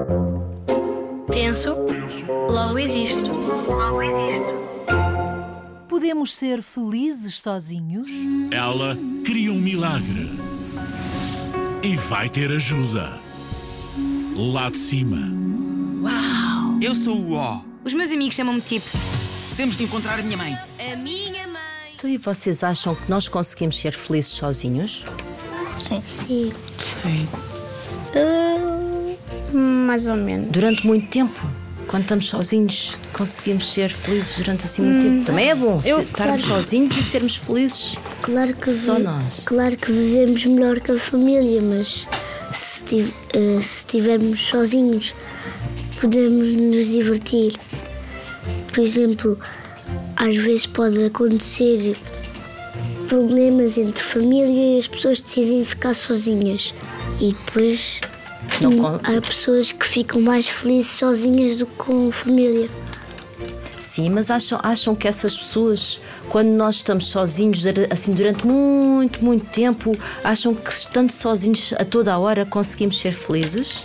Penso, logo existo. Podemos ser felizes sozinhos? Ela cria um milagre e vai ter ajuda lá de cima. Uau! Eu sou o O. Os meus amigos chamam-me Tipo. Temos de encontrar a minha mãe. A minha mãe. Então, e vocês acham que nós conseguimos ser felizes sozinhos? Sim. Mais ou menos. Durante muito tempo? Quando estamos sozinhos, conseguimos ser felizes durante assim muito tempo? Também é bom estarmos sozinhos e sermos felizes. Claro que Só nós. Claro que vivemos melhor que a família, mas se estivermos sozinhos, podemos nos divertir. Por exemplo, às vezes pode acontecer problemas entre família e as pessoas decidem ficar sozinhas. E depois há pessoas que ficam mais felizes sozinhas do que com família. Sim, mas acham que essas pessoas, quando nós estamos sozinhos assim durante muito tempo, acham que estando sozinhos a toda a hora conseguimos ser felizes?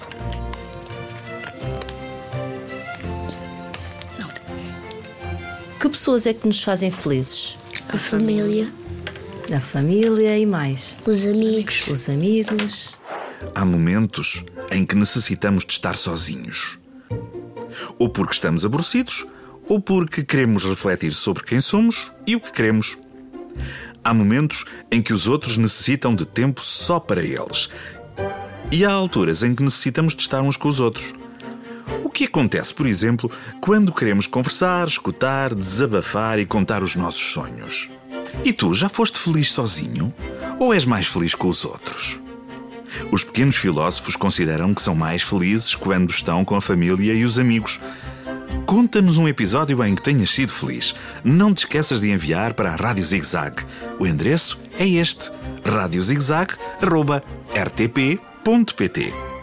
Não. Que pessoas é que nos fazem felizes? A família. A família e mais? Os amigos. Os amigos. Há momentos em que necessitamos de estar sozinhos. Ou porque estamos aborrecidos, ou porque queremos refletir sobre quem somos e o que queremos. Há momentos em que os outros necessitam de tempo só para eles. E há alturas em que necessitamos de estar uns com os outros. O que acontece, por exemplo, quando queremos conversar, escutar, desabafar e contar os nossos sonhos? E tu, já foste feliz sozinho? Ou és mais feliz com os outros? Os pequenos filósofos consideram que são mais felizes quando estão com a família e os amigos. Conta-nos um episódio em que tenhas sido feliz. Não te esqueças de enviar para a Rádio Zig Zag. O endereço é este: radiozigzag@rtp.pt.